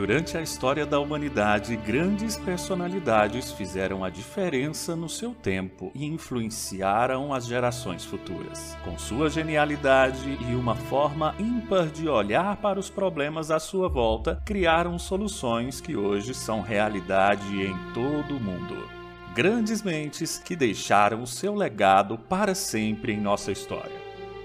Durante a história da humanidade, grandes personalidades fizeram a diferença no seu tempo e influenciaram as gerações futuras. Com sua genialidade e uma forma ímpar de olhar para os problemas à sua volta, criaram soluções que hoje são realidade em todo o mundo. Grandes mentes que deixaram o seu legado para sempre em nossa história.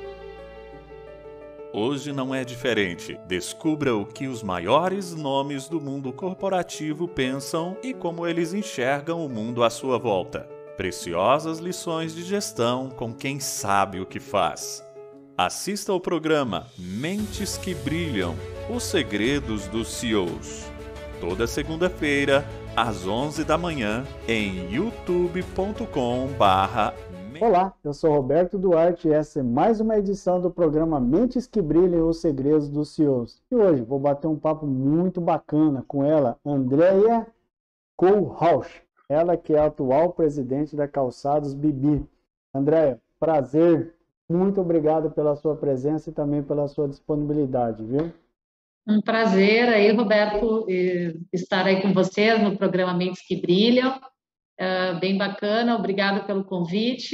Hoje não é diferente. Descubra o que os maiores nomes do mundo corporativo pensam e como eles enxergam o mundo à sua volta. Preciosas lições de gestão com quem sabe o que faz. Assista ao programa Mentes que Brilham, os segredos dos CEOs. Toda segunda-feira, às 11 da manhã, em youtube.com/. Olá, eu sou Roberto Duarte e essa é mais uma edição do programa Mentes que Brilham, os Segredos dos CEOs. E hoje vou bater um papo muito bacana com ela, Andrea Kohlrausch, ela que é a atual presidente da Calçados Bibi. Andrea, prazer, muito obrigado pela sua presença e também pela sua disponibilidade, viu? Um prazer aí, Roberto, estar aí com vocês no programa Mentes que Brilham. Bem bacana, obrigado pelo convite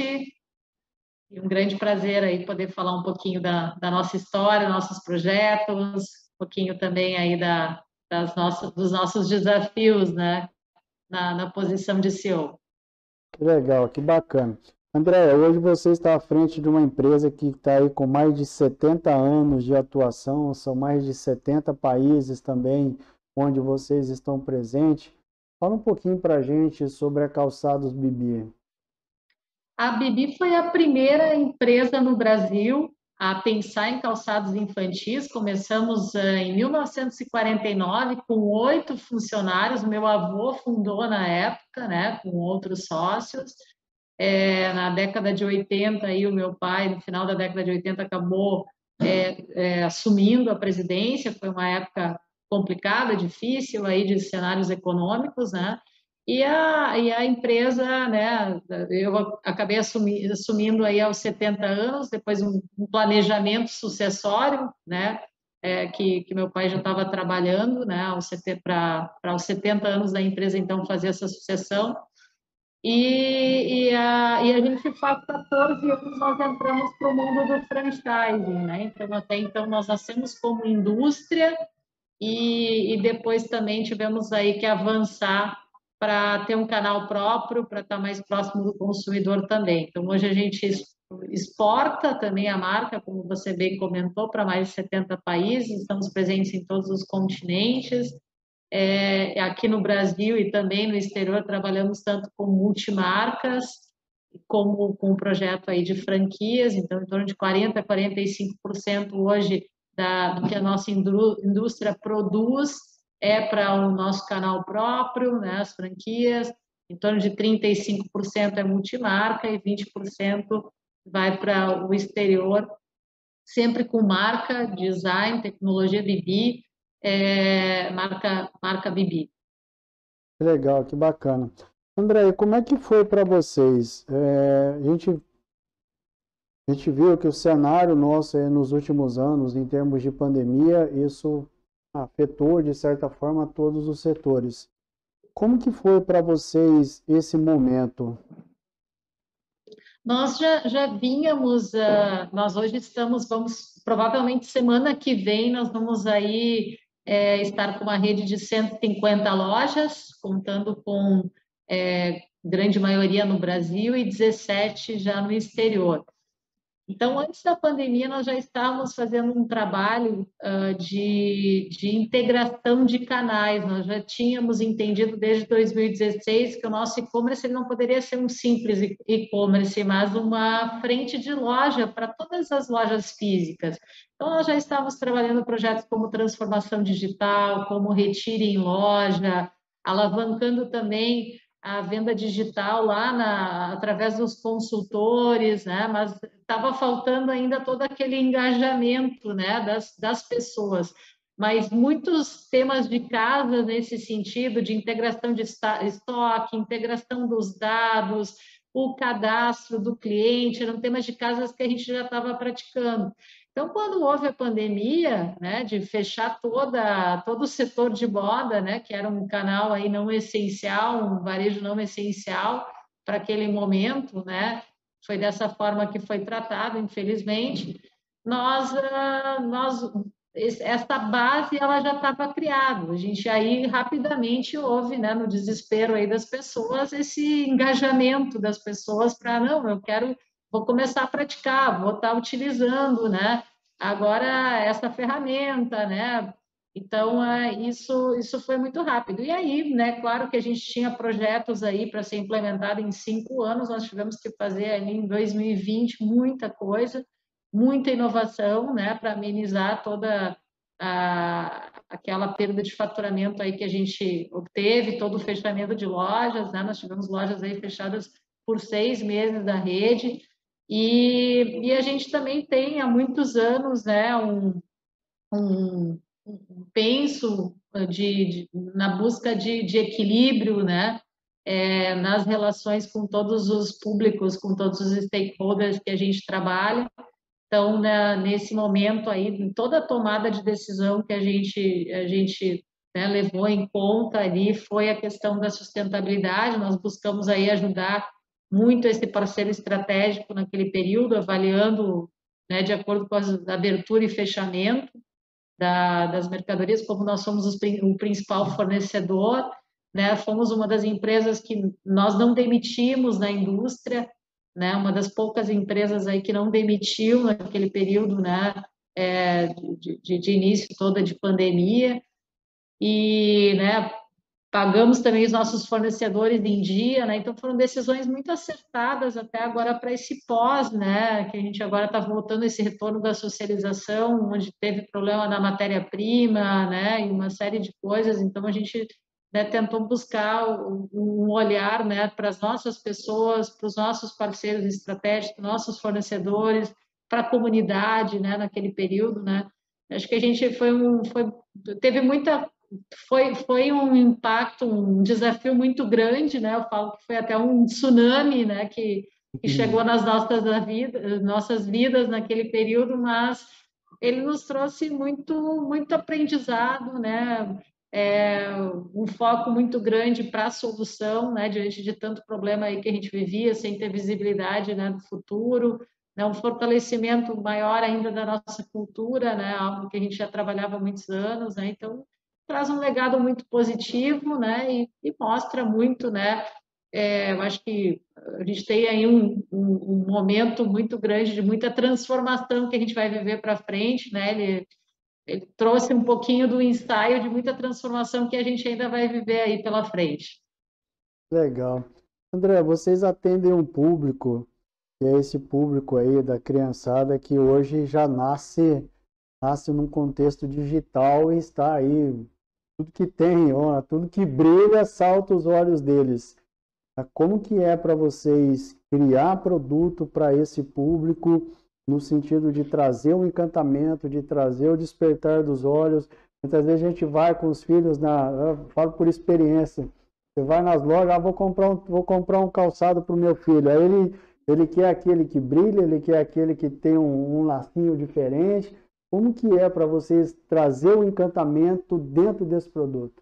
e um grande prazer aí poder falar um pouquinho da nossa história, nossos projetos, um pouquinho também aí dos nossos desafios, né, na posição de CEO. Que legal, que bacana. Andréia, hoje você está à frente de uma empresa que está aí com mais de 70 anos de atuação, são mais de 70 países também onde vocês estão presentes. Fala um pouquinho para a gente sobre a Calçados Bibi. A Bibi foi a primeira empresa no Brasil a pensar em calçados infantis. Começamos em 1949 com 8 funcionários. Meu avô fundou na época, né, com outros sócios. Na década de 80, aí, o meu pai, no final da década de 80, acabou assumindo a presidência. Foi uma época complicada, difícil, aí, de cenários econômicos, né? E a empresa, né, eu acabei assumindo aí aos 70 anos, depois um planejamento sucessório, né, que meu pai já estava trabalhando, né, para os 70 anos da empresa, então, fazer essa sucessão. E a gente faz 14 anos nós entramos para o mundo do franchising, né? Então, até então, nós nascemos como indústria e depois também tivemos aí que avançar para ter um canal próprio, para estar mais próximo do consumidor também. Então, hoje a gente exporta também a marca, como você bem comentou, para mais de 70 países, estamos presentes em todos os continentes. Aqui no Brasil e também no exterior trabalhamos tanto com multimarcas como com um projeto aí de franquias, então em torno de 40% a 45% hoje do que a nossa indústria produz para o nosso canal próprio, né, as franquias, em torno de 35% é multimarca e 20% vai para o exterior, sempre com marca, design, tecnologia Bibi, marca Bibi. Que legal, que bacana. André, como é que foi para vocês? A gente viu que o cenário nosso nos últimos anos, em termos de pandemia, isso afetou, de certa forma, todos os setores. Como que foi para vocês esse momento? Nós já vínhamos, nós hoje provavelmente semana que vem, nós vamos aí estar com uma rede de 150 lojas, contando com grande maioria no Brasil e 17 já no exterior. Então, antes da pandemia, nós já estávamos fazendo um trabalho de integração de canais. Nós já tínhamos entendido desde 2016 que o nosso e-commerce não poderia ser um simples e-commerce, mas uma frente de loja para todas as lojas físicas. Então, nós já estávamos trabalhando projetos como transformação digital, como retire em loja, alavancando também a venda digital lá através dos consultores, né? Mas estava faltando ainda todo aquele engajamento, né, das pessoas. Mas muitos temas de casa nesse sentido, de integração de estoque, integração dos dados, o cadastro do cliente, eram temas de casas que a gente já estava praticando. Então, quando houve a pandemia, né, de fechar todo o setor de moda, né, que era um canal aí não essencial, um varejo não essencial para aquele momento, né, foi dessa forma que foi tratado, infelizmente, essa base ela já estava criada. A gente aí rapidamente houve, né, no desespero aí das pessoas, esse engajamento das pessoas para não, vou começar a praticar, vou estar utilizando, né, agora essa ferramenta, né? Então, isso foi muito rápido. E aí, né, claro que a gente tinha projetos aí para ser implementado em 5 anos, nós tivemos que fazer ali em 2020 muita coisa, muita inovação, né, para amenizar toda aquela perda de faturamento aí que a gente obteve, todo o fechamento de lojas, né, nós tivemos lojas aí fechadas por 6 meses da rede, e a gente também tem há muitos anos, né, um penso na busca de equilíbrio, né, nas relações com todos os públicos, com todos os stakeholders que a gente trabalha. Então, né, nesse momento aí, em toda a tomada de decisão que a gente né, levou em conta ali foi a questão da sustentabilidade. Nós buscamos aí ajudar muito esse parceiro estratégico naquele período, avaliando, né, de acordo com a abertura e fechamento das mercadorias, como nós somos o principal fornecedor, né, fomos uma das empresas que nós não demitimos na indústria, né, uma das poucas empresas aí que não demitiu naquele período, né, de início toda de pandemia, e, né, pagamos também os nossos fornecedores em dia, né? Então foram decisões muito acertadas até agora para esse pós, né? Que a gente agora está voltando esse retorno da socialização, onde teve problema na matéria-prima, né? E uma série de coisas. Então a gente, né, tentou buscar um olhar, né, para as nossas pessoas, para os nossos parceiros estratégicos, nossos fornecedores, para a comunidade, né? Naquele período, né? Acho que a gente teve muita foi um impacto, um desafio muito grande, né? Eu falo que foi até um tsunami, né? Que chegou nas nossas vidas naquele período, mas ele nos trouxe muito aprendizado, né? Um foco muito grande para a solução, né? Diante de tanto problema aí que a gente vivia, sem ter visibilidade, né, do futuro, né? Um fortalecimento maior ainda da nossa cultura, né? Algo que a gente já trabalhava há muitos anos, né? Então traz um legado muito positivo, né? E mostra muito, né? Eu acho que a gente tem aí um momento muito grande de muita transformação que a gente vai viver para frente, né? Ele trouxe um pouquinho do ensaio de muita transformação que a gente ainda vai viver aí pela frente. Legal. André, vocês atendem um público, que é esse público aí da criançada que hoje já nasce num contexto digital e está aí, tudo que tem, ó, tudo que brilha salta os olhos deles. Como que é para vocês criar produto para esse público, no sentido de trazer o encantamento, de trazer o despertar dos olhos? Muitas vezes a gente vai com os filhos, eu falo por experiência, você vai nas lojas, vou comprar um calçado para o meu filho, aí ele quer aquele que brilha, ele quer aquele que tem um lacinho diferente. Como que é para vocês trazer o encantamento dentro desse produto?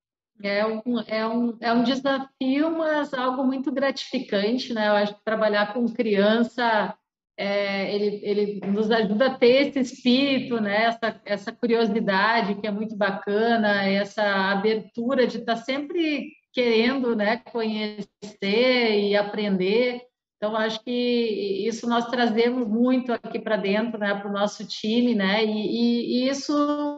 É um desafio, mas algo muito gratificante, né? Eu acho que trabalhar com criança, ele nos ajuda a ter esse espírito, né? Essa curiosidade que é muito bacana, essa abertura de estar sempre querendo, né, conhecer e aprender. Então, acho que isso nós trazemos muito aqui para dentro, né, para o nosso time, né? E isso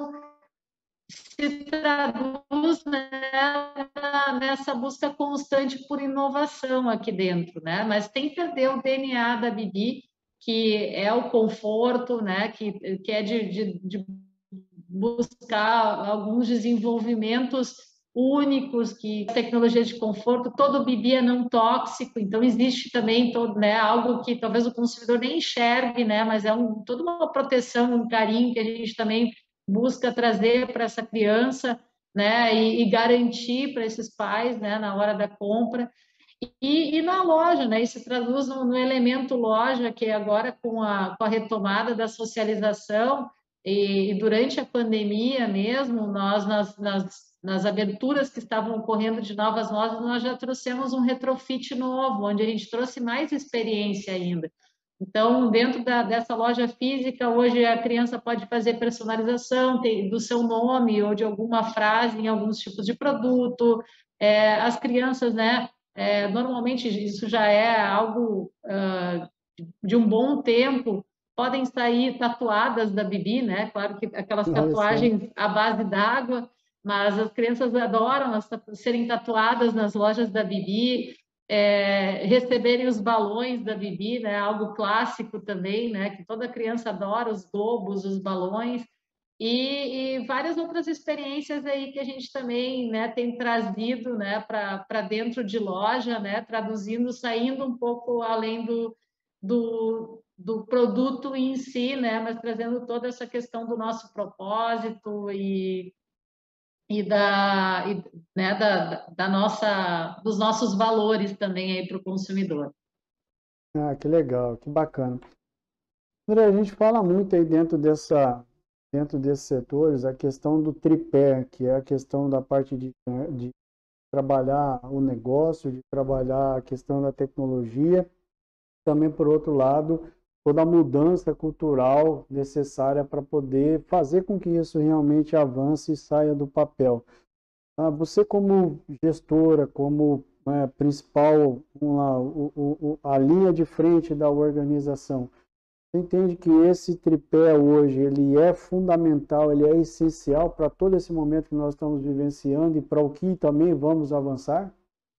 se traduz, né, nessa busca constante por inovação aqui dentro, né? Mas sem perder o DNA da Bibi, que é o conforto, né? Que é de buscar alguns desenvolvimentos únicos, que tecnologia de conforto, todo Bibi é não tóxico, então existe também todo, né, algo que talvez o consumidor nem enxergue, né, mas toda uma proteção, um carinho que a gente também busca trazer para essa criança, né, e garantir para esses pais, né, na hora da compra. E na loja, né? Isso se traduz no elemento loja, que agora com a retomada da socialização e durante a pandemia mesmo, nós nas aberturas que estavam ocorrendo de novas lojas, nós já trouxemos um retrofit novo, onde a gente trouxe mais experiência ainda. Então, dentro dessa loja física, hoje a criança pode fazer personalização do seu nome ou de alguma frase em alguns tipos de produto. As crianças, né? Normalmente isso já é algo de um bom tempo. Podem sair tatuadas da Bibi, né? Claro que aquelas Olha só. tatuagens à base d'água, mas as crianças adoram serem tatuadas nas lojas da Bibi. Receberem os balões da Bibi, né? Algo clássico também, né? Que toda criança adora, os globos, os balões, e várias outras experiências aí que a gente também, né, tem trazido, né, para dentro de loja, né? Traduzindo, saindo um pouco além do produto em si, né? Mas trazendo toda essa questão do nosso propósito né, dos nossos valores também aí para o consumidor. Ah, que legal, que bacana. André, a gente fala muito aí dentro desses setores, a questão do tripé, que é a questão da parte de trabalhar o negócio, de trabalhar a questão da tecnologia, também, por outro lado, toda a mudança cultural necessária para poder fazer com que isso realmente avance e saia do papel. Você como gestora, como principal, a linha de frente da organização, você entende que esse tripé hoje, ele é fundamental, ele é essencial para todo esse momento que nós estamos vivenciando e para o que também vamos avançar?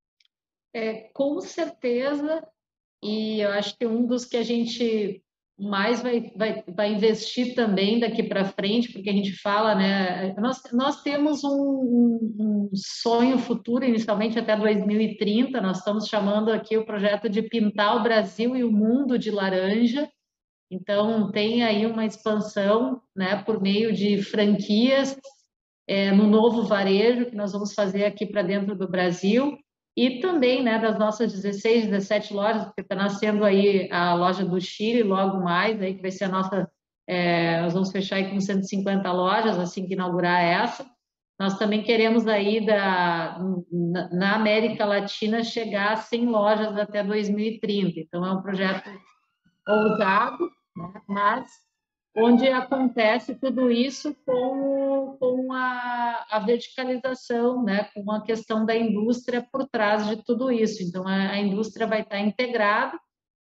Com certeza, e eu acho que um dos que a gente mais vai investir também daqui para frente, porque a gente fala, né? Nós temos um sonho futuro, inicialmente até 2030, nós estamos chamando aqui o projeto de pintar o Brasil e o mundo de laranja. Então, tem aí uma expansão, né, por meio de franquias, no novo varejo que nós vamos fazer aqui para dentro do Brasil, e também, né, das nossas 16, 17 lojas, porque está nascendo aí a loja do Chile logo mais, aí que vai ser a nossa, nós vamos fechar aí com 150 lojas assim que inaugurar essa. Nós também queremos aí na América Latina chegar a 100 lojas até 2030. Então, é um projeto ousado, né? Mas onde acontece tudo isso com a verticalização, né? Com a questão da indústria por trás de tudo isso. Então, a indústria vai estar integrada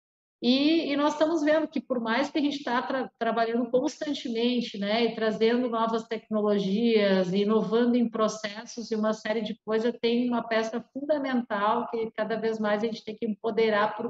e nós estamos vendo que, por mais que a gente está trabalhando constantemente, né, e trazendo novas tecnologias, inovando em processos e uma série de coisas, tem uma peça fundamental que cada vez mais a gente tem que empoderar para o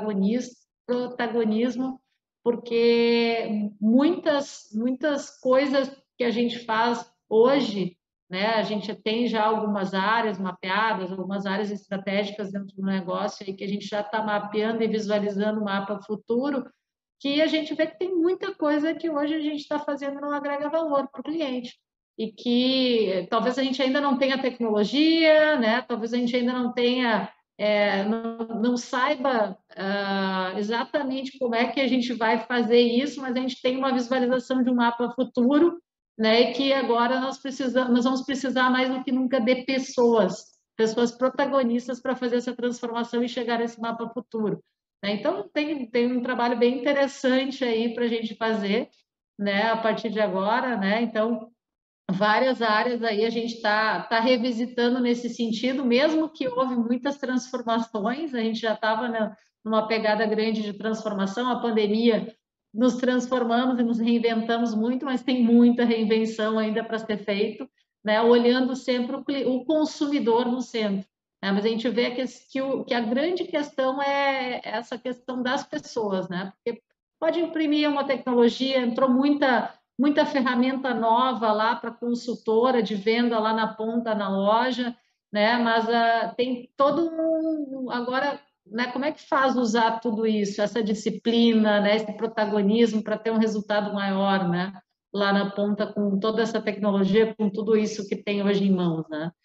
protagonismo, porque muitas coisas que a gente faz hoje, né, a gente tem já algumas áreas mapeadas, algumas áreas estratégicas dentro do negócio aí que a gente já está mapeando e visualizando o mapa futuro, que a gente vê que tem muita coisa que hoje a gente está fazendo não agrega valor para o cliente. E que talvez a gente ainda não tenha tecnologia, né? Talvez a gente ainda não tenha, não saiba exatamente como é que a gente vai fazer isso, mas a gente tem uma visualização de um mapa futuro, né? E que agora nós vamos precisar mais do que nunca de pessoas protagonistas para fazer essa transformação e chegar a esse mapa futuro. Né? Então tem um trabalho bem interessante aí para a gente fazer, né? A partir de agora, né? Então várias áreas aí a gente está revisitando nesse sentido, mesmo que houve muitas transformações, a gente já estava numa pegada grande de transformação, a pandemia nos transformamos e nos reinventamos muito, mas tem muita reinvenção ainda para ser feito, né? Olhando sempre o consumidor no centro. Né? Mas a gente vê que a grande questão é essa questão das pessoas, né? Porque pode imprimir uma tecnologia, entrou muita ferramenta nova lá para consultora de venda lá na ponta na loja, né? Mas tem todo agora, né? Como é que faz usar tudo isso, essa disciplina, né? Esse protagonismo para ter um resultado maior, né? Lá na ponta com toda essa tecnologia, com tudo isso que tem hoje em mãos, né?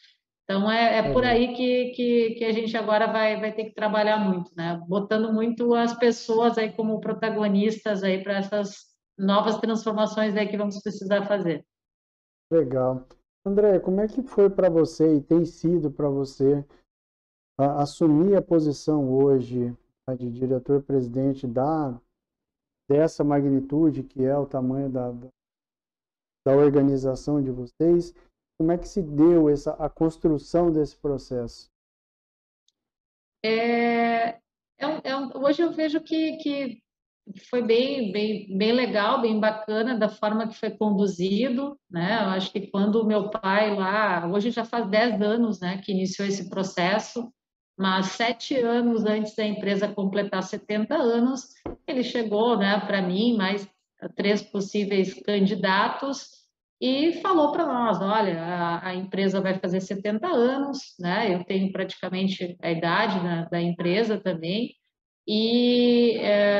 Então, é por Legal. aí que a gente agora vai ter que trabalhar muito, né? Botando muito as pessoas aí como protagonistas aí para essas novas transformações aí que vamos precisar fazer. Legal. André, como é que foi para você e tem sido para você assumir a posição hoje, tá, de diretor-presidente dessa magnitude que é o tamanho da organização de vocês? Como é que se deu a construção desse processo? Hoje eu vejo que foi bem legal, bem bacana da forma que foi conduzido, né? Eu acho que quando o meu pai lá, hoje já faz 10 anos, né, que iniciou esse processo, mas 7 anos antes da empresa completar 70 anos, ele chegou, né, para mim, mais 3 possíveis candidatos, e falou para nós, olha, a empresa vai fazer 70 anos, né? Eu tenho praticamente a idade da empresa também, e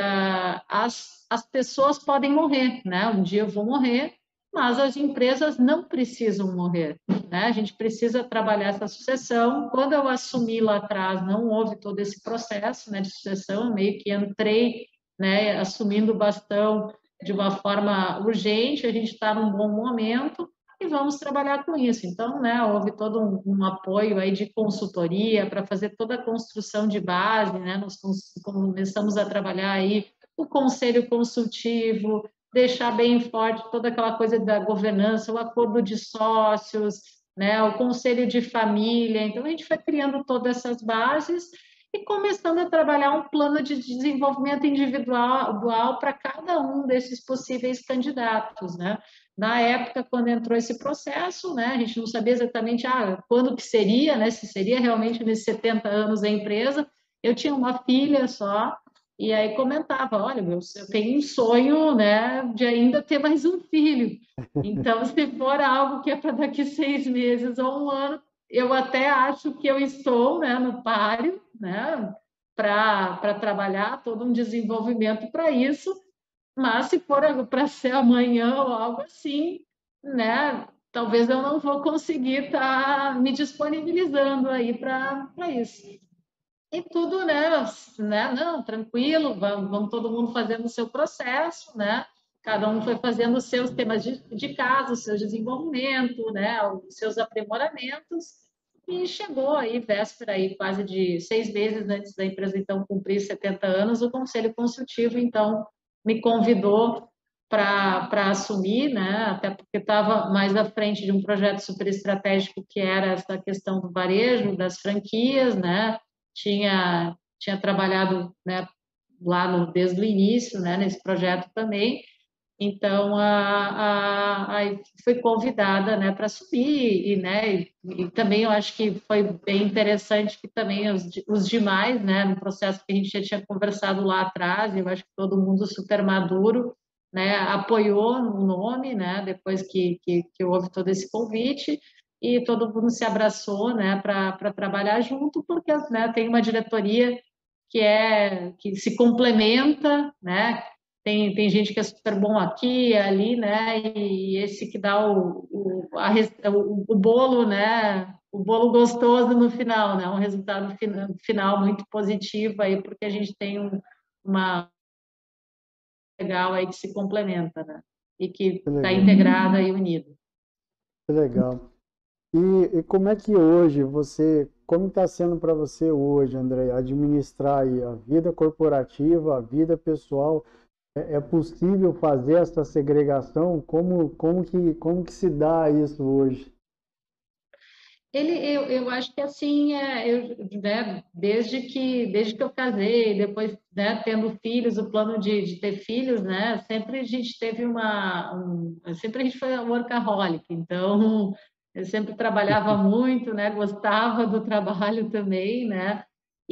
as pessoas podem morrer, né? Um dia eu vou morrer, mas as empresas não precisam morrer, né? A gente precisa trabalhar essa sucessão. Quando eu assumi lá atrás, não houve todo esse processo, né, de sucessão, eu meio que entrei, né, assumindo o bastão de uma forma urgente, a gente está num bom momento e vamos trabalhar com isso. Então, né, houve todo um apoio aí de consultoria para fazer toda a construção de base, né? Nós começamos a trabalhar aí o conselho consultivo, deixar bem forte toda aquela coisa da governança, o acordo de sócios, né, o conselho de família. Então, a gente foi criando todas essas bases e começando a trabalhar um plano de desenvolvimento individual para cada um desses possíveis candidatos, né? Na época, quando entrou esse processo, né, a gente não sabia exatamente quando que seria, né, se seria realmente nesses 70 anos a empresa. Eu tinha uma filha só, e aí comentava, olha, eu tenho um sonho, né, de ainda ter mais um filho. Então, se for algo que é para daqui 6 meses ou um ano, eu até acho que eu estou, né, no páreo, né, para trabalhar todo um desenvolvimento para isso, mas se for para ser amanhã ou algo assim, né, talvez eu não vou conseguir estar me disponibilizando aí para isso. E tudo, né, não, tranquilo, vamos todo mundo fazendo o seu processo, né? Cada um foi fazendo os seus temas de casa, o seu desenvolvimento, né, os seus aprimoramentos, e chegou aí, véspera aí, quase de 6 meses antes da empresa, então, cumprir 70 anos, o Conselho Consultivo, então, me convidou para assumir, né, até porque estava mais à frente de um projeto super estratégico que era essa questão do varejo, das franquias, né, tinha trabalhado, né, lá desde o início, né, nesse projeto também. Então, aí fui convidada, né, para subir e também eu acho que foi bem interessante que também os demais, né, no processo que a gente já tinha conversado lá atrás, eu acho que todo mundo super maduro, né, apoiou o nome, né, depois que houve todo esse convite e todo mundo se abraçou, né, para trabalhar junto, porque, né, tem uma diretoria que se complementa, né? Tem gente que é super bom aqui, ali, né? E esse que dá o bolo, né? O bolo gostoso no final, né? Um resultado final muito positivo aí, porque a gente tem uma legal aí que se complementa, né? E que Que está legal, integrada e unida. que legal. E como é que hoje como está sendo para você hoje, André, administrar aí a vida corporativa, a vida pessoal? É possível fazer essa segregação? Como que se dá isso hoje? Eu acho que assim, né, desde que eu casei, depois, né, tendo filhos, o plano de ter filhos, né, sempre a gente teve sempre a gente foi workaholic, então eu sempre trabalhava muito, né, gostava do trabalho também, né,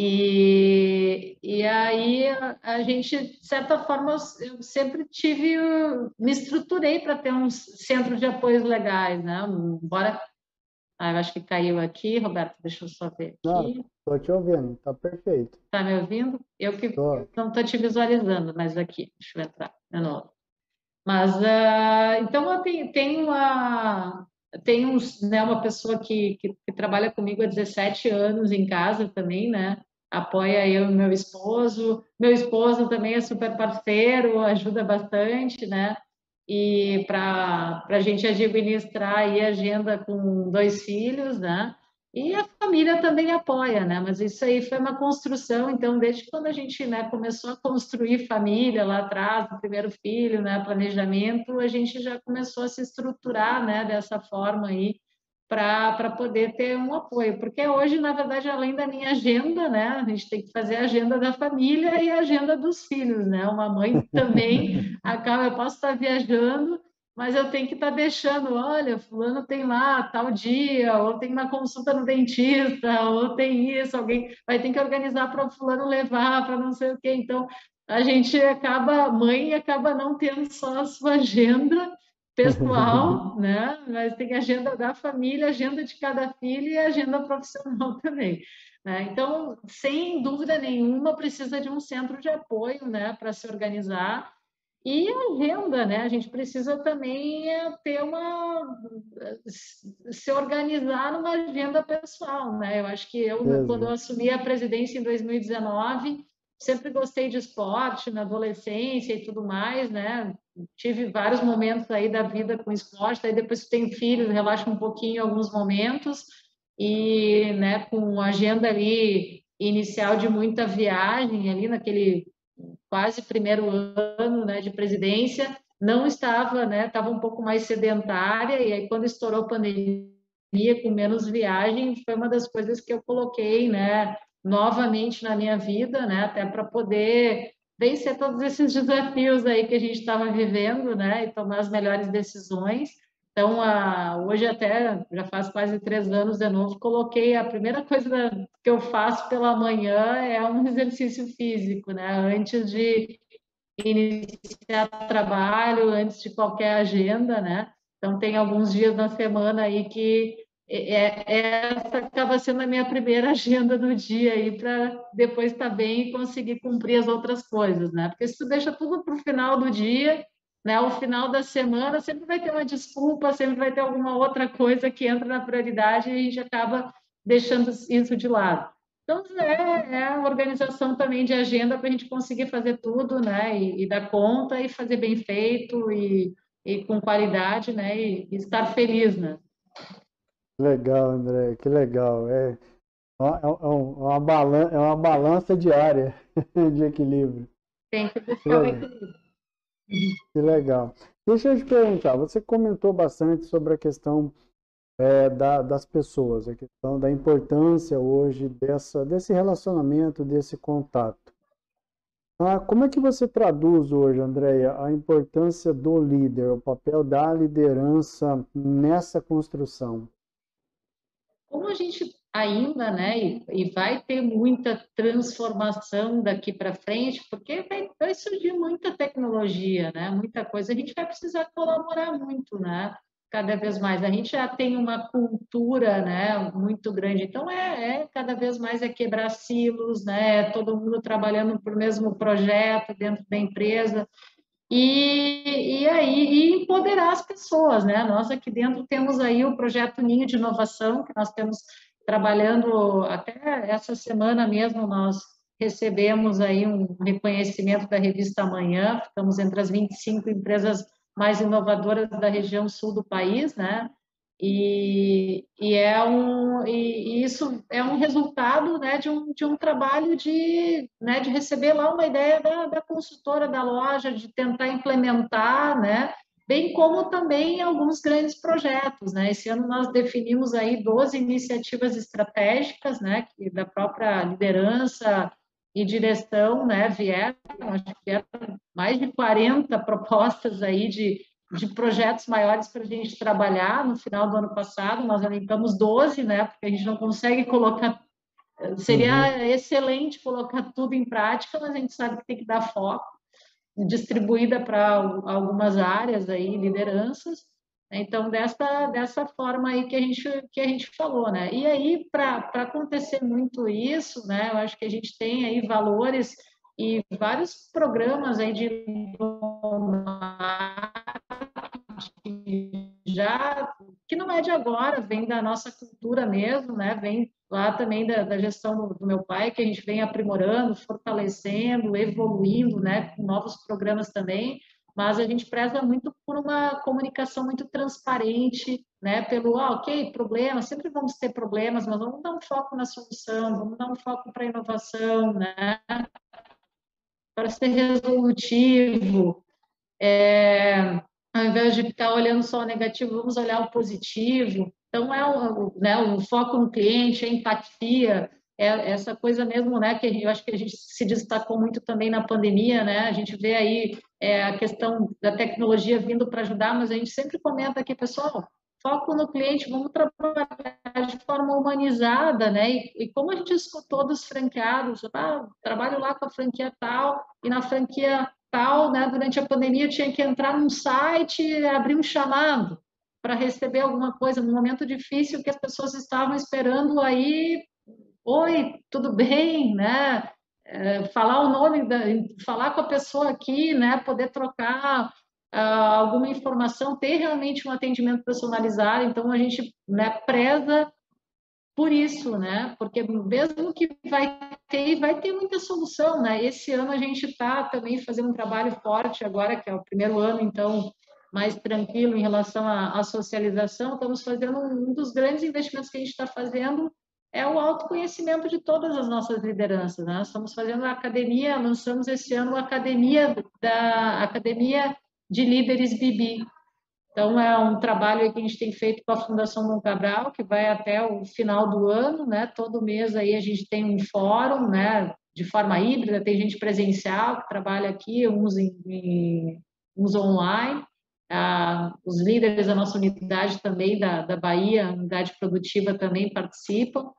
e aí a gente, de certa forma, eu sempre me estruturei para ter uns centros de apoio legais, né, embora eu acho que caiu aqui, Roberto, deixa eu só ver Não, aqui. estou te ouvindo, tá perfeito. Está me ouvindo? Eu que Tô. não estou te visualizando, mas aqui, deixa eu entrar de novo. Mas, então, eu tenho Tem né, uma pessoa que trabalha comigo há 17 anos em casa também, né? Apoia eu e meu esposo. Meu esposo também é super parceiro, ajuda bastante, né? E para a gente administrar aí a agenda com 2 filhos, né? E a família também apoia, né? Mas isso aí foi uma construção, então, desde quando a gente, né, começou a construir família lá atrás, o primeiro filho, né, planejamento, a gente já começou a se estruturar, né, dessa forma aí, para poder ter um apoio. Porque hoje, na verdade, além da minha agenda, né, a gente tem que fazer a agenda da família e a agenda dos filhos, né? Uma mãe também acaba, eu posso estar viajando, mas eu tenho que estar deixando, olha, fulano tem lá tal dia, ou tem uma consulta no dentista, ou tem isso, alguém vai ter que organizar para o fulano levar, para não sei o quê. Então, a gente acaba, mãe acaba não tendo só a sua agenda pessoal, né? Mas tem a agenda da família, a agenda de cada filho e a agenda profissional também. Né? Então, sem dúvida nenhuma, precisa de um centro de apoio, né, para se organizar. E a agenda, né? A gente precisa também ter se organizar numa agenda pessoal, né? Eu acho que quando eu Exato. assumi a presidência em 2019, sempre gostei de esporte na adolescência e tudo mais, né? Tive vários momentos aí da vida com esporte, aí depois que tenho filhos, relaxo um pouquinho em alguns momentos e, né, com agenda ali inicial de muita viagem ali naquele quase primeiro ano, né, de presidência, não estava, né, estava um pouco mais sedentária, e aí quando estourou a pandemia, com menos viagem, foi uma das coisas que eu coloquei, né, novamente na minha vida, né, até para poder vencer todos esses desafios aí que a gente estava vivendo, né, e tomar as melhores decisões. Então, hoje até, já faz quase 3 anos de novo, coloquei a primeira coisa que eu faço pela manhã é um exercício físico, né? Antes de iniciar trabalho, antes de qualquer agenda, né? Então, tem alguns dias na semana aí que essa acaba sendo a minha primeira agenda do dia aí para depois estar bem e conseguir cumprir as outras coisas, né? Porque se tu deixa tudo para o final do dia, né? O final da semana sempre vai ter uma desculpa, sempre vai ter alguma outra coisa que entra na prioridade e a gente acaba deixando isso de lado. Então, é a organização também de agenda para a gente conseguir fazer tudo, né? E dar conta e fazer bem feito e com qualidade, né? E estar feliz, né? Legal, André, que legal. É uma balança diária de equilíbrio. Tem que Que buscar o legal, equilíbrio. que legal. Deixa eu te perguntar, você comentou bastante sobre a questão das pessoas, a questão da importância hoje desse relacionamento, desse contato. Como é que você traduz hoje, Andréia, a importância do líder, o papel da liderança nessa construção? Como a gente ainda, né, e vai ter muita transformação daqui para frente, porque vai surgir muita tecnologia, né, muita coisa, a gente vai precisar colaborar muito, né, cada vez mais. A gente já tem uma cultura, né, muito grande, então cada vez mais quebrar silos, né, todo mundo trabalhando para o mesmo projeto dentro da empresa. E empoderar as pessoas, né? Nós aqui dentro temos aí o projeto Ninho de Inovação, que nós temos trabalhando até essa semana mesmo, nós recebemos aí um reconhecimento da revista Amanhã, ficamos entre as 25 empresas mais inovadoras da região sul do país, né? E isso é um resultado, né, de um trabalho né, de receber lá uma ideia da consultora da loja, de tentar implementar, né, bem como também alguns grandes projetos, né? Esse ano nós definimos aí 12 iniciativas estratégicas, né, que da própria liderança e direção, né, acho que vieram mais de 40 propostas aí de projetos maiores para a gente trabalhar. No final do ano passado, nós elencamos 12, né? Porque a gente não consegue colocar. Uhum. Seria excelente colocar tudo em prática, mas a gente sabe que tem que dar foco, distribuída para algumas áreas aí, lideranças. Então, dessa forma aí que a gente falou, né? E aí, para acontecer muito isso, né? Eu acho que a gente tem aí valores e vários programas aí de já que não é de agora, vem da nossa cultura mesmo, né? Vem lá também da gestão do meu pai, que a gente vem aprimorando, fortalecendo, evoluindo, né? Com novos programas também, mas a gente preza muito por uma comunicação muito transparente, né? Pelo, ok, problemas, sempre vamos ter problemas, mas vamos dar um foco na solução, vamos dar um foco para a inovação, né? Para ser resolutivo, ao invés de ficar olhando só o negativo, vamos olhar o positivo. Então, né, o foco no cliente, a empatia, essa coisa mesmo, né, que eu acho que a gente se destacou muito também na pandemia, né? A gente vê aí a questão da tecnologia vindo para ajudar, mas a gente sempre comenta aqui, pessoal, foco no cliente, vamos trabalhar de forma humanizada, né? E como a gente escutou dos franqueados, trabalho lá com a franquia tal, e na franquia tal, né, durante a pandemia, tinha que entrar num site e abrir um chamado para receber alguma coisa no momento difícil que as pessoas estavam esperando aí, oi, tudo bem, né? Falar o nome, falar com a pessoa aqui, né? Poder trocar alguma informação, ter realmente um atendimento personalizado. Então, a gente, né, preza por isso, né? Porque mesmo que vai ter muita solução, né? Esse ano a gente está também fazendo um trabalho forte agora, que é o primeiro ano, então, mais tranquilo em relação à socialização. Estamos fazendo um dos grandes investimentos que a gente está fazendo é o autoconhecimento de todas as nossas lideranças, né? Estamos fazendo a academia, lançamos esse ano a academia de líderes BB. Então, é um trabalho que a gente tem feito com a Fundação Dom Cabral, que vai até o final do ano, né? Todo mês aí a gente tem um fórum, né? De forma híbrida, tem gente presencial que trabalha aqui, uns online. Os líderes da nossa unidade também, da Bahia, a unidade produtiva também participam.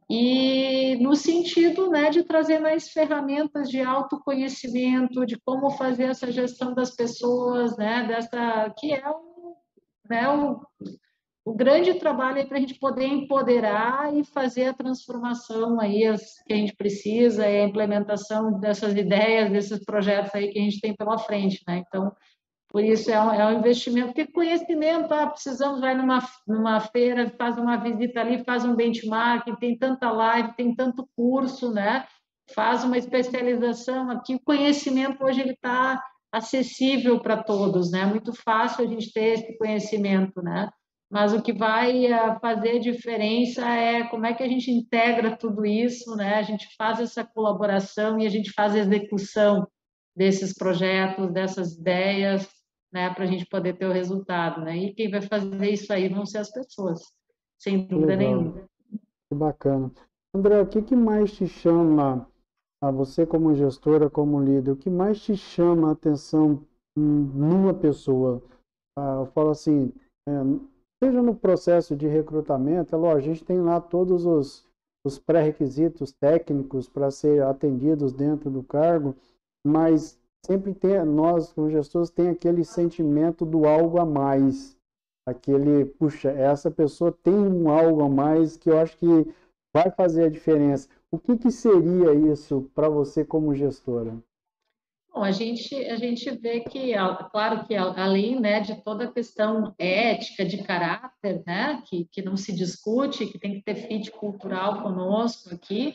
E no sentido, né, de trazer mais ferramentas de autoconhecimento, de como fazer essa gestão das pessoas, né, que é né, o grande trabalho é para a gente poder empoderar e fazer a transformação aí que a gente precisa, a implementação dessas ideias, desses projetos aí que a gente tem pela frente, né? Então, por isso é um investimento, porque conhecimento, precisamos, vai numa feira, faz uma visita ali, faz um benchmark, tem tanta live, tem tanto curso, né? Faz uma especialização aqui, o conhecimento hoje ele está acessível para todos, né? É muito fácil a gente ter esse conhecimento, né? Mas o que vai fazer a diferença é como é que a gente integra tudo isso, né? A gente faz essa colaboração e a gente faz a execução desses projetos, dessas ideias, né? Para a gente poder ter o resultado, né? E quem vai fazer isso aí vão ser as pessoas, sem dúvida Legal, nenhuma. que bacana. André, o que mais te chama a você como gestora, como líder, o que mais te chama a atenção numa pessoa? Eu falo assim, seja no processo de recrutamento, é lógico, a gente tem lá todos os pré-requisitos técnicos para ser atendidos dentro do cargo, mas sempre tem, nós, como gestores, tem aquele sentimento do algo a mais, puxa, essa pessoa tem um algo a mais que eu acho que vai fazer a diferença. O que seria isso para você como gestora? Bom, a gente vê que, claro que além, né, de toda a questão ética, de caráter, né, que não se discute, que tem que ter fit cultural conosco aqui,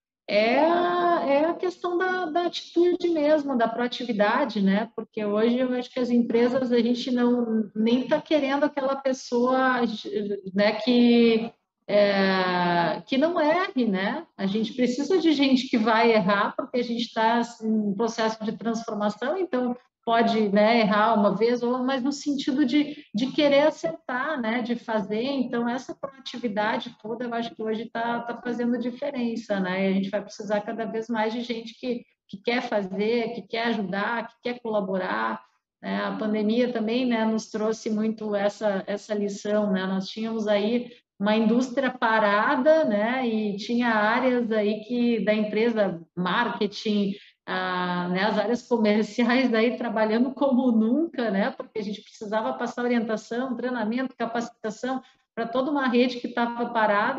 é a questão da atitude mesmo, da proatividade, né? Porque hoje eu acho que as empresas, a gente nem está querendo aquela pessoa, né, que não erre, né? A gente precisa de gente que vai errar, porque a gente está em processo de transformação, então pode, né, errar uma vez, mas no sentido de querer acertar, né, de fazer. Então, essa proatividade toda, eu acho que hoje está fazendo diferença, né? E a gente vai precisar cada vez mais de gente que quer fazer, que quer ajudar, que quer colaborar, né? A pandemia também, né, nos trouxe muito essa lição, né? Nós tínhamos aí uma indústria parada, né? E tinha áreas aí da empresa, marketing, né, as áreas comerciais daí trabalhando como nunca, né? Porque a gente precisava passar orientação, treinamento, capacitação para toda uma rede que estava parada.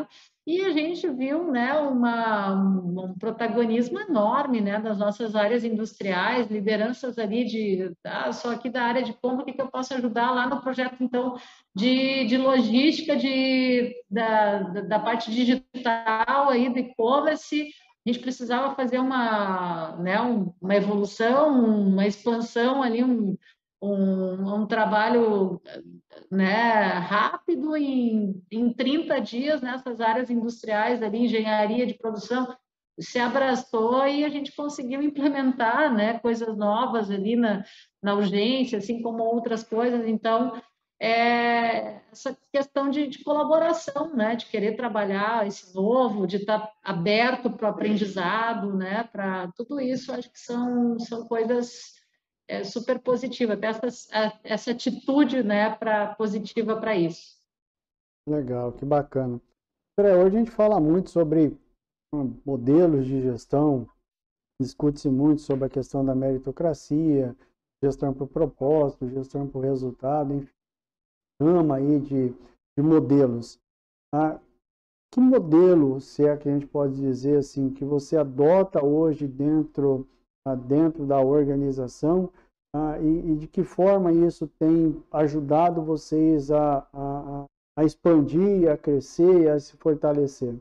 E a gente viu, né, um protagonismo enorme, né, das nossas áreas industriais, lideranças ali sou aqui da área de compra, o que eu posso ajudar lá no projeto, então, de logística, da parte digital aí, do e-commerce. A gente precisava fazer uma evolução, uma expansão ali, um trabalho, né, rápido em 30 dias nessas áreas industriais ali, engenharia de produção, se abraçou e a gente conseguiu implementar, né, coisas novas ali na urgência, assim como outras coisas. Então, essa questão de colaboração, né, de querer trabalhar esse novo, de estar aberto para o aprendizado, né, para tudo isso, acho que são coisas super positivas, até essa atitude, né, positiva para isso. Legal, que bacana. André, hoje a gente fala muito sobre modelos de gestão, discute-se muito sobre a questão da meritocracia, gestão por propósito, gestão por resultado, enfim, gama aí de modelos. Ah, que modelo, se é que a gente pode dizer assim, que você adota hoje dentro da organização, e de que forma isso tem ajudado vocês a expandir, a crescer, a se fortalecer?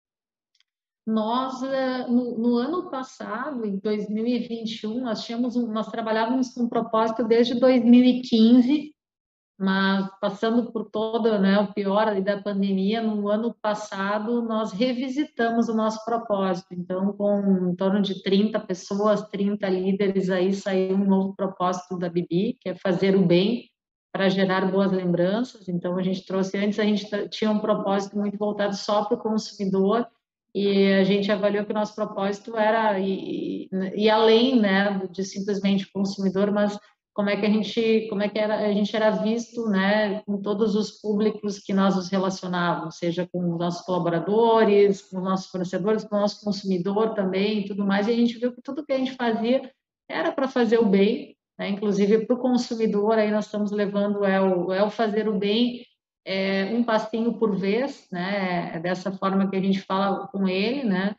Nós, no ano passado, em 2021, nós trabalhávamos com propósito desde 2015, mas passando por todo, né, o pior ali da pandemia, no ano passado nós revisitamos o nosso propósito. Então, com em torno de 30 pessoas, 30 líderes, aí saiu um novo propósito da Bibi, que é fazer o bem para gerar boas lembranças. Então, antes a gente tinha um propósito muito voltado só para o consumidor, e a gente avaliou que o nosso propósito era ir além, né, de simplesmente o consumidor, mas como é que a gente era visto, né, com todos os públicos que nós nos relacionávamos, seja com os nossos colaboradores, com os nossos fornecedores, com o nosso consumidor também, e tudo mais. E a gente viu que tudo que a gente fazia era para fazer o bem, né? Inclusive para o consumidor, aí nós estamos levando o fazer o bem, um passinho por vez, né? É dessa forma que a gente fala com ele, né?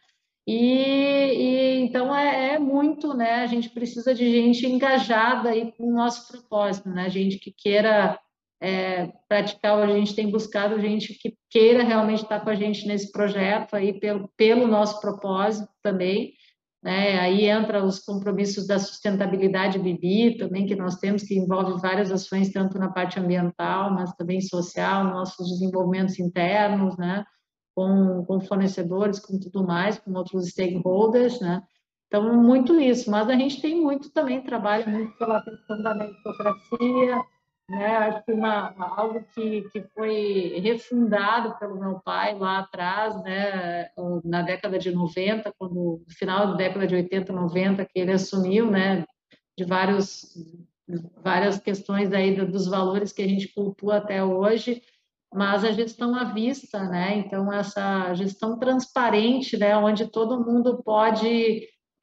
Então é muito, né? A gente precisa de gente engajada aí com o nosso propósito, né? Gente que queira praticar, a gente tem buscado gente que queira realmente estar com a gente nesse projeto aí pelo nosso propósito também, né? Aí entra os compromissos da sustentabilidade Bibi também, que nós temos, que envolve várias ações, tanto na parte ambiental, mas também social, nossos desenvolvimentos internos, né? Com fornecedores, com tudo mais, com outros stakeholders, né? Então, muito isso, mas a gente tem muito também, trabalha muito pela questão da meritocracia, né? Acho que algo que foi refundado pelo meu pai lá atrás, né? Na década de 90, no final da década de 80, 90, que ele assumiu, né? De várias questões aí dos valores que a gente cultua até hoje, mas a gestão à vista, né? Então, essa gestão transparente, né? Onde todo mundo pode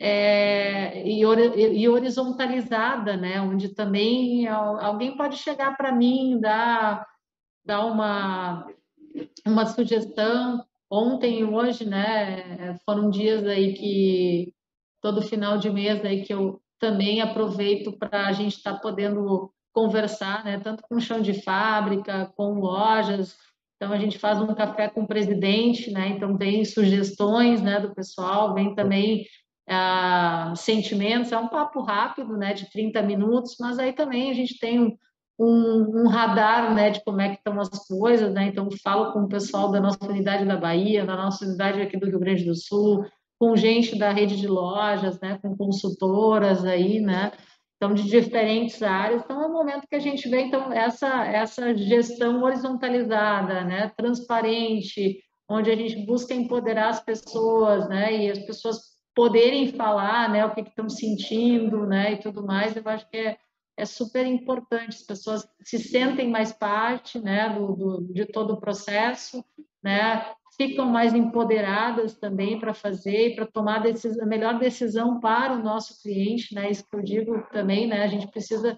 e horizontalizada, né? Onde também alguém pode chegar para mim, dar uma sugestão. Ontem e hoje, né? Foram dias aí que todo final de mês aí que eu também aproveito para a gente estar podendo conversar, né? Tanto com chão de fábrica, com lojas. Então a gente faz um café com o presidente, né? Então vem sugestões, né, do pessoal, vem também sentimentos. É um papo rápido, né, de 30 minutos, mas aí também a gente tem um radar, né, de como é que estão as coisas, né? Então falo com o pessoal da nossa unidade da Bahia, da nossa unidade aqui do Rio Grande do Sul, com gente da rede de lojas, né, com consultoras aí, né, então de diferentes áreas. Então é um momento que a gente vê então essa gestão horizontalizada, né, transparente, onde a gente busca empoderar as pessoas, né, e as pessoas poderem falar, né, o que estão sentindo, né, e tudo mais. Eu acho que é super importante, as pessoas se sentem mais parte, né, de todo o processo, né, ficam mais empoderadas também para fazer e para tomar a melhor decisão para o nosso cliente, né? Isso que eu digo também, né? A gente precisa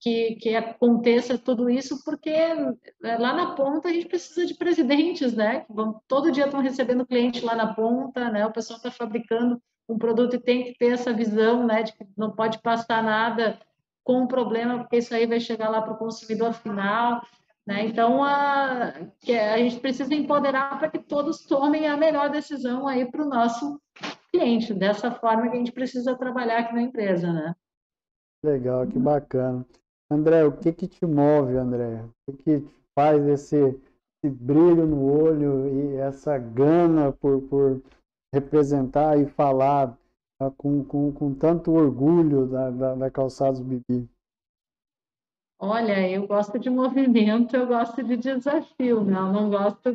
que aconteça tudo isso, porque lá na ponta a gente precisa de presidentes, né? Que todo dia estão recebendo cliente lá na ponta, né? O pessoal está fabricando um produto e tem que ter essa visão, né? De que não pode passar nada com um problema, porque isso aí vai chegar lá para o consumidor final, né? Então, a gente precisa empoderar para que todos tomem a melhor decisão aí para o nosso cliente. Dessa forma que a gente precisa trabalhar aqui na empresa, né? Legal, que bacana. André, o que que te move, André? O que que faz esse brilho no olho e essa gana por representar e falar com tanto orgulho da Calçados Bibi? Olha, eu gosto de movimento, eu gosto de desafio, né? Eu não gosto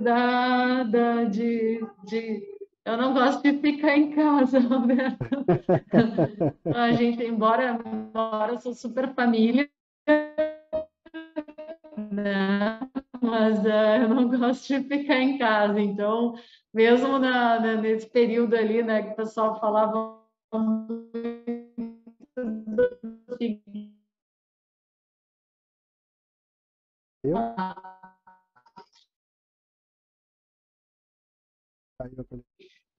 eu não gosto de ficar em casa, Roberto. A gente, embora eu sou super família, né? Mas eu não gosto de ficar em casa. Então, mesmo nesse período ali, né, que o pessoal falava muito Eu? Aí eu falei,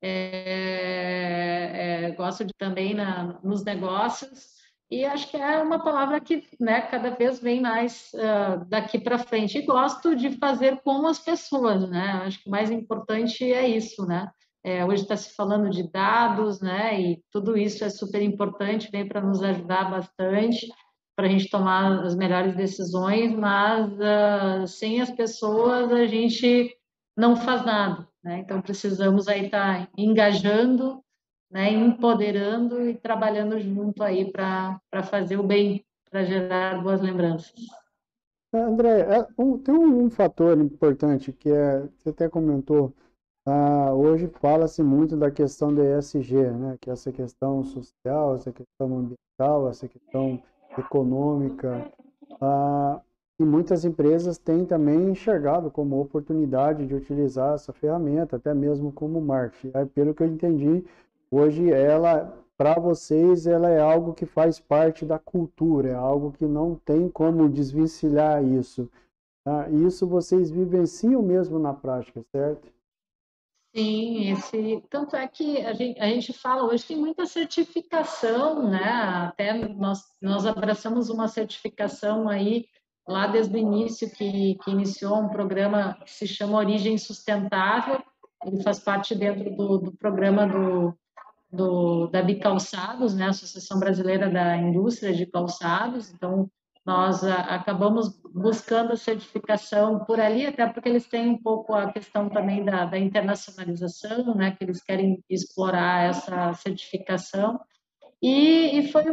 gosto de também nos negócios, e acho que é uma palavra que, né, cada vez vem mais daqui para frente. E gosto de fazer com as pessoas, né? Acho que o mais importante é isso, né? Hoje está se falando de dados, né? E tudo isso é super importante, vem para nos ajudar bastante para a gente tomar as melhores decisões, mas sem as pessoas a gente não faz nada, né? Então precisamos aí estar engajando, né, empoderando e trabalhando junto aí para fazer o bem, para gerar boas lembranças. André, tem um fator importante que você até comentou. Hoje fala-se muito da questão da ESG, né? Que é essa questão social, essa questão ambiental, essa questão econômica. E muitas empresas têm também enxergado como oportunidade de utilizar essa ferramenta, até mesmo como marketing. Aí, pelo que eu entendi, hoje para vocês, ela é algo que faz parte da cultura, é algo que não tem como desvencilhar isso. E isso vocês vivenciam mesmo na prática, certo? Sim, tanto é que a gente fala hoje tem muita certificação, né? Até nós abraçamos uma certificação aí lá desde o início que iniciou um programa que se chama Origem Sustentável. Ele faz parte dentro do programa da Bicalçados, né, Associação Brasileira da Indústria de Calçados. Então, nós acabamos buscando a certificação por ali, até porque eles têm um pouco a questão também da internacionalização, né, que eles querem explorar essa certificação. E foi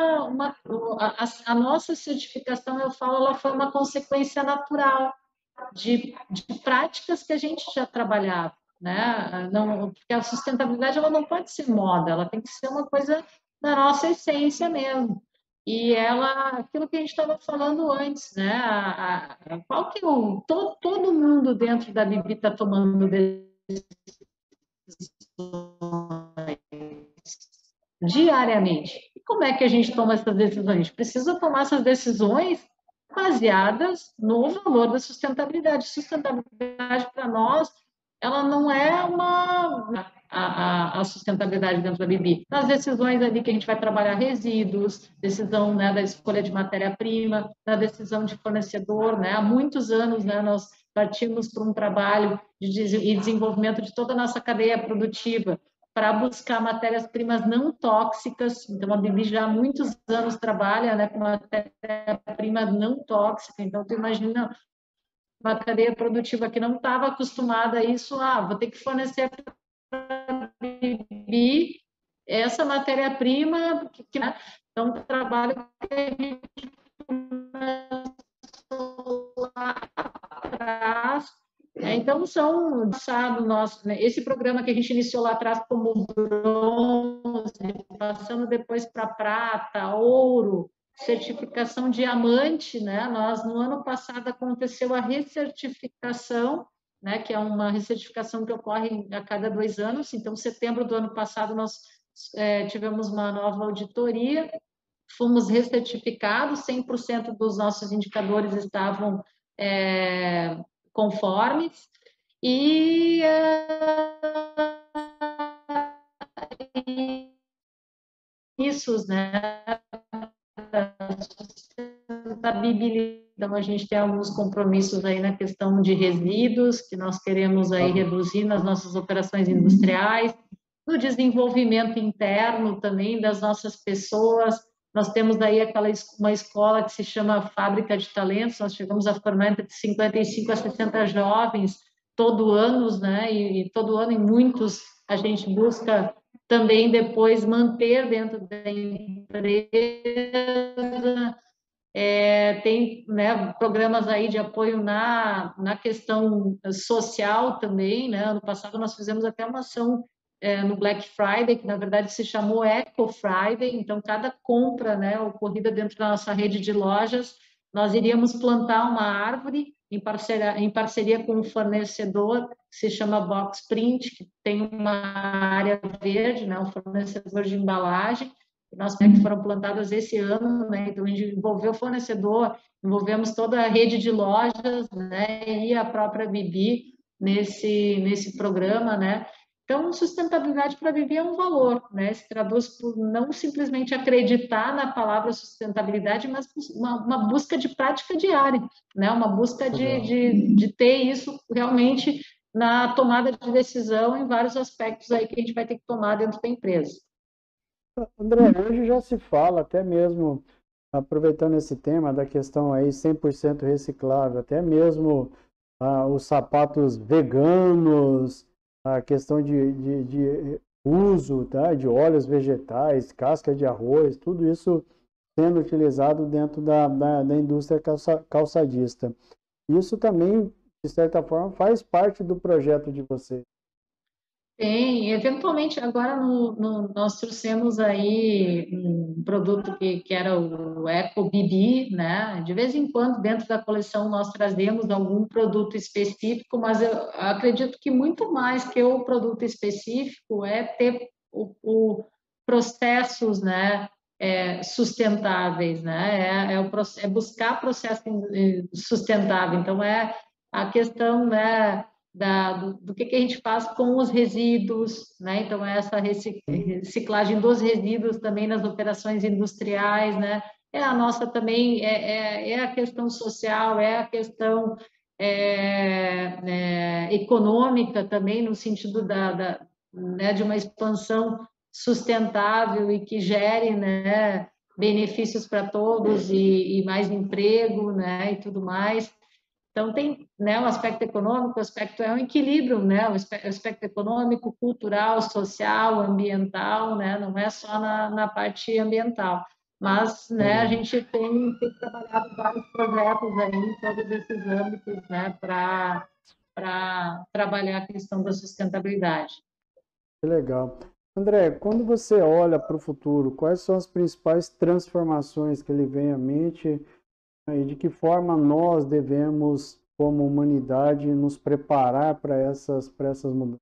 a nossa certificação, eu falo, ela foi uma consequência natural de práticas que a gente já trabalhava, né? Não, porque a sustentabilidade ela não pode ser moda, ela tem que ser uma coisa da nossa essência mesmo. E aquilo que a gente estava falando antes, né? Qual que é todo mundo dentro da Bibi está tomando diariamente. E como é que a gente toma essas decisões? A gente precisa tomar essas decisões baseadas no valor da sustentabilidade. Sustentabilidade, para nós, ela não é a sustentabilidade dentro da Bibi. Nas decisões ali que a gente vai trabalhar resíduos, decisão, né, da escolha de matéria-prima, da decisão de fornecedor, né? Há muitos anos, né, nós partimos para um trabalho e desenvolvimento de toda a nossa cadeia produtiva para buscar matérias-primas não tóxicas. Então, a Bibi já há muitos anos trabalha, né, com matéria-prima não tóxica. Então, tu imagina uma cadeia produtiva que não estava acostumada a isso. Vou ter que fornecer para a Bibi essa matéria-prima. Né? Então, o trabalho que a gente começou lá atrás. Então, esse programa que a gente iniciou lá atrás como bronze, passando depois para prata, ouro, certificação diamante, né? No ano passado aconteceu a recertificação, né? Que é uma recertificação que ocorre a cada 2 anos. Então, em setembro do ano passado, nós tivemos uma nova auditoria, fomos recertificados, 100% dos nossos indicadores estavam conformes, e isso, né, sustentabilidade. Então, a gente tem alguns compromissos aí na questão de resíduos, que nós queremos aí reduzir nas nossas operações industriais, no desenvolvimento interno também das nossas pessoas. Nós temos aí uma escola que se chama Fábrica de Talentos, nós chegamos a formar entre 55 a 60 jovens todo ano, né, e todo ano, em muitos, a gente busca também depois manter dentro da empresa. Tem, né, programas aí de apoio na questão social também, né? Ano passado nós fizemos até uma ação no Black Friday, que na verdade se chamou Eco Friday. Então, cada compra, né, ocorrida dentro da nossa rede de lojas, nós iríamos plantar uma árvore em parceria com um fornecedor que se chama Box Print, que tem uma área verde, né, um fornecedor de embalagem. Nós que foram plantadas esse ano, né? Então a gente envolveu o fornecedor, envolvemos toda a rede de lojas, né? E a própria Bibi nesse programa, né? Então, sustentabilidade para a Bibi é um valor, né? Se traduz por não simplesmente acreditar na palavra sustentabilidade, mas uma busca de prática diária, né? Uma busca de ter isso realmente na tomada de decisão em vários aspectos aí que a gente vai ter que tomar dentro da empresa. André, hoje já se fala, até mesmo aproveitando esse tema da questão aí 100% reciclável, até mesmo os sapatos veganos, a questão de uso, tá, de óleos vegetais, casca de arroz, tudo isso sendo utilizado dentro da indústria calçadista. Isso também, de certa forma, faz parte do projeto de vocês. Tem, eventualmente, agora nós trouxemos aí um produto que era o Eco BB, né? De vez em quando, dentro da coleção, nós trazemos algum produto específico, mas eu acredito que muito mais que o produto específico é ter o processos, né? Sustentáveis, né? É buscar processo sustentável. Então, é a questão, né? Do que a gente faz com os resíduos, né? Então, essa reciclagem dos resíduos também nas operações industriais, né? A nossa também, a questão social, a questão econômica também, no sentido né, de uma expansão sustentável e que gere, né, benefícios para todos e mais emprego, né, e tudo mais. Então, tem, né, o aspecto econômico, o aspecto é um equilíbrio, né, o aspecto econômico, cultural, social, ambiental, né, não é só na parte ambiental. Mas, né, a gente tem trabalhado vários projetos aí em todos esses âmbitos, né, para trabalhar a questão da sustentabilidade. Que legal. André, quando você olha para o futuro, quais são as principais transformações que lhe vem à mente e de que forma nós devemos, como humanidade, nos preparar para essas mudanças?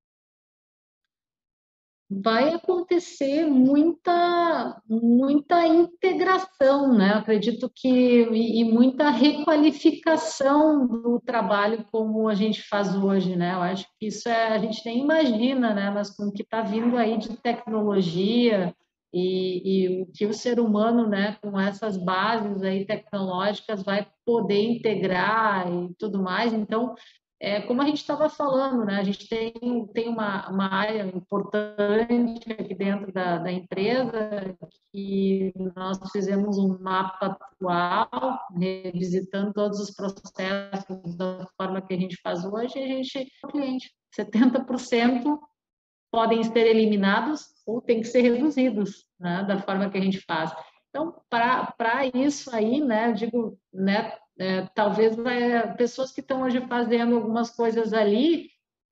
Vai acontecer muita integração, né? Acredito que e muita requalificação do trabalho como a gente faz hoje, né? Eu acho que isso a gente nem imagina, né? Mas com o que está vindo aí de tecnologia e o que o ser humano, né? Com essas bases aí tecnológicas vai poder integrar e tudo mais. Então, como a gente estava falando, né? A gente tem uma área importante aqui dentro da empresa que nós fizemos um mapa atual, revisitando todos os processos da forma que a gente faz hoje, e a gente, o cliente, 70% podem ser eliminados ou têm que ser reduzidos, né? Da forma que a gente faz. Então, para isso aí, né, eu digo, né, talvez pessoas que estão hoje fazendo algumas coisas ali,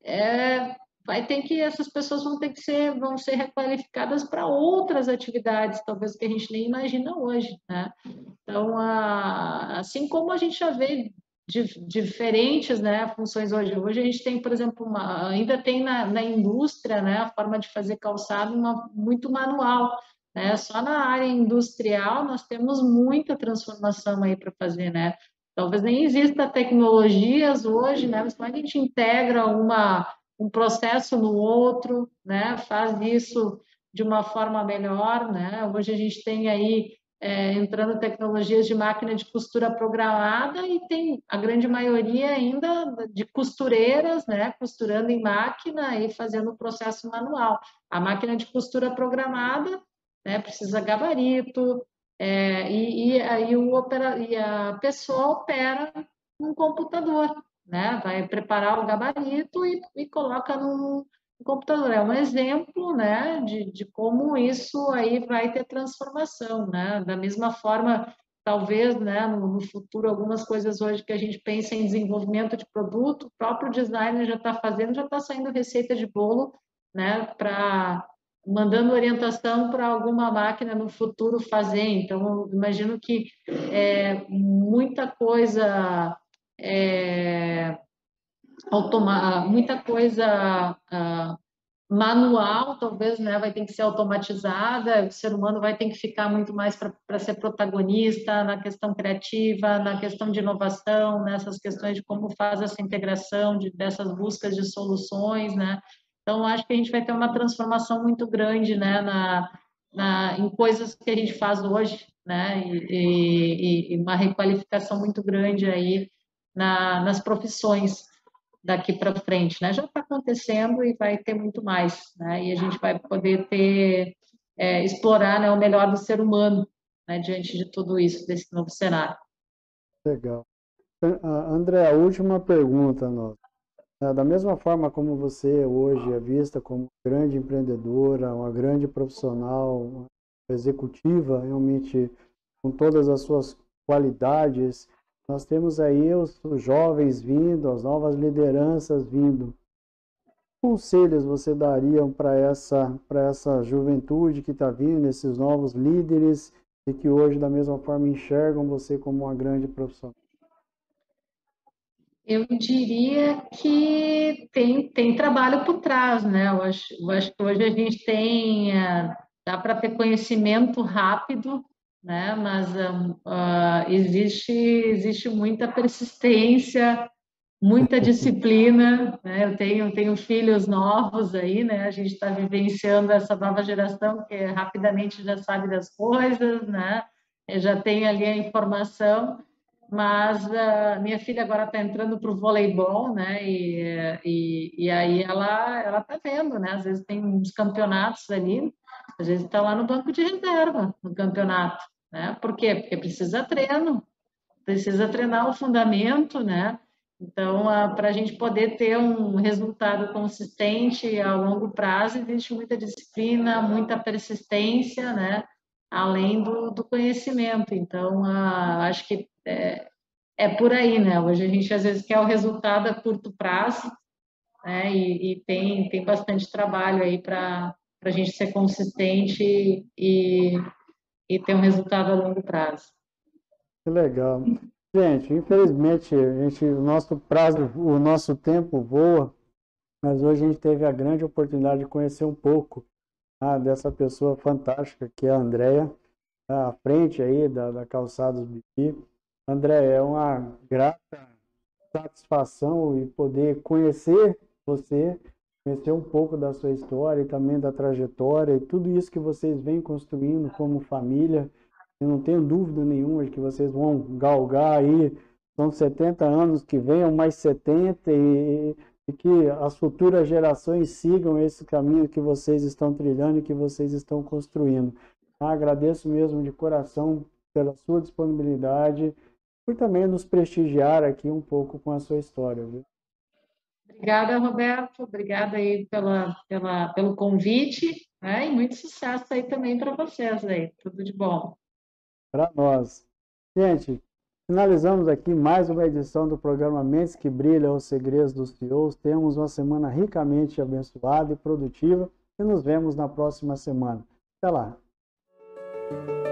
essas pessoas vão ser requalificadas para outras atividades, talvez que a gente nem imagina hoje, né? Então, assim como a gente já vê diferentes, né, funções hoje. Hoje a gente tem, por exemplo, ainda tem na indústria, né, a forma de fazer calçado muito manual, né? Só na área industrial nós temos muita transformação aí para fazer, né? Talvez nem exista tecnologias hoje, né? Mas como a gente integra um processo no outro, né? Faz isso de uma forma melhor, né? Hoje a gente tem aí entrando tecnologias de máquina de costura programada e tem a grande maioria ainda de costureiras, né? Costurando em máquina e fazendo o processo manual. A máquina de costura programada, né? Precisa gabarito, e a pessoa opera num computador, né? Vai preparar o gabarito e coloca no computador. É um exemplo, né, de como isso aí vai ter transformação, né? Da mesma forma, talvez, né, no futuro, algumas coisas hoje que a gente pensa em desenvolvimento de produto, o próprio designer já está fazendo, já está saindo receita de bolo, né, mandando orientação para alguma máquina no futuro fazer. Então, eu imagino que muita coisa muita coisa manual, talvez, né, vai ter que ser automatizada, o ser humano vai ter que ficar muito mais para ser protagonista na questão criativa, na questão de inovação, nessas questões de como faz essa integração dessas buscas de soluções, né? Então, acho que a gente vai ter uma transformação muito grande, né, em coisas que a gente faz hoje, né, e uma requalificação muito grande aí nas profissões daqui para frente, né? Já está acontecendo e vai ter muito mais, né? E a gente vai poder explorar, né, o melhor do ser humano, né, diante de tudo isso, desse novo cenário. Legal. André, a última pergunta nossa. Da mesma forma como você hoje é vista como grande empreendedora, uma grande profissional, uma executiva, realmente com todas as suas qualidades, nós temos aí os jovens vindo, as novas lideranças vindo. Que conselhos você daria para essa juventude que está vindo, esses novos líderes e que hoje, da mesma forma, enxergam você como uma grande profissional? Eu diria que tem trabalho por trás, né? Eu acho que hoje a gente dá para ter conhecimento rápido, né? Mas existe muita persistência, muita disciplina, né? Eu tenho filhos novos aí, né? A gente está vivenciando essa nova geração que rapidamente já sabe das coisas, né? Já tem ali a informação, mas a minha filha agora está entrando para o voleibol, né? E aí ela está vendo, né? Às vezes tem uns campeonatos ali, às vezes está lá no banco de reserva no campeonato, né? Por quê? Porque precisa treinar o fundamento, né? Então, para a gente poder ter um resultado consistente a longo prazo, existe muita disciplina, muita persistência, né? Além do conhecimento. Então, acho que é por aí, né? Hoje a gente às vezes quer o resultado a curto prazo, né? E tem bastante trabalho aí para a gente ser consistente e ter um resultado a longo prazo. Que legal. Gente, infelizmente, o nosso tempo voa, mas hoje a gente teve a grande oportunidade de conhecer um pouco dessa pessoa fantástica que é a Andrea, à frente aí da Calçados Bibi. André, é uma grata satisfação e poder conhecer você, conhecer um pouco da sua história e também da trajetória e tudo isso que vocês vêm construindo como família. Eu não tenho dúvida nenhuma de que vocês vão galgar aí, são 70 anos, que venham mais 70 e que as futuras gerações sigam esse caminho que vocês estão trilhando e que vocês estão construindo. Agradeço mesmo de coração pela sua disponibilidade, por também nos prestigiar aqui um pouco com a sua história, viu? Obrigada, Roberto. Obrigada aí pelo convite, né? E muito sucesso aí também para vocês aí. Tudo de bom. Para nós. Gente, finalizamos aqui mais uma edição do programa Mentes que Brilham, os Segredos dos CEOs. Temos uma semana ricamente abençoada e produtiva e nos vemos na próxima semana. Até lá!